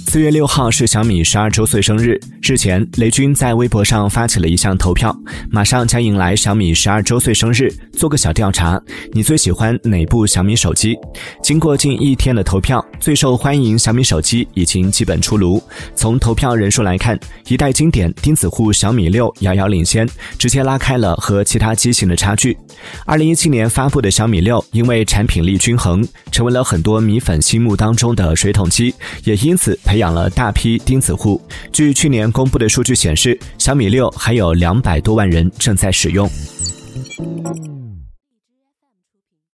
4月6号是小米12周岁生日。日前，雷军在微博上发起了一项投票，马上将迎来小米12周岁生日，做个小调查，你最喜欢哪部小米手机？经过近1天的投票，最受欢迎小米手机已经基本出炉。从投票人数来看，一代经典钉子户小米6遥遥领先，直接拉开了和其他机型的差距。2017年发布的小米6因为产品力均衡，成为了很多米粉心目当中的水桶机，也因此培养了大批钉子户。据去年公布的数据显示，小米6还有200多万人正在使用。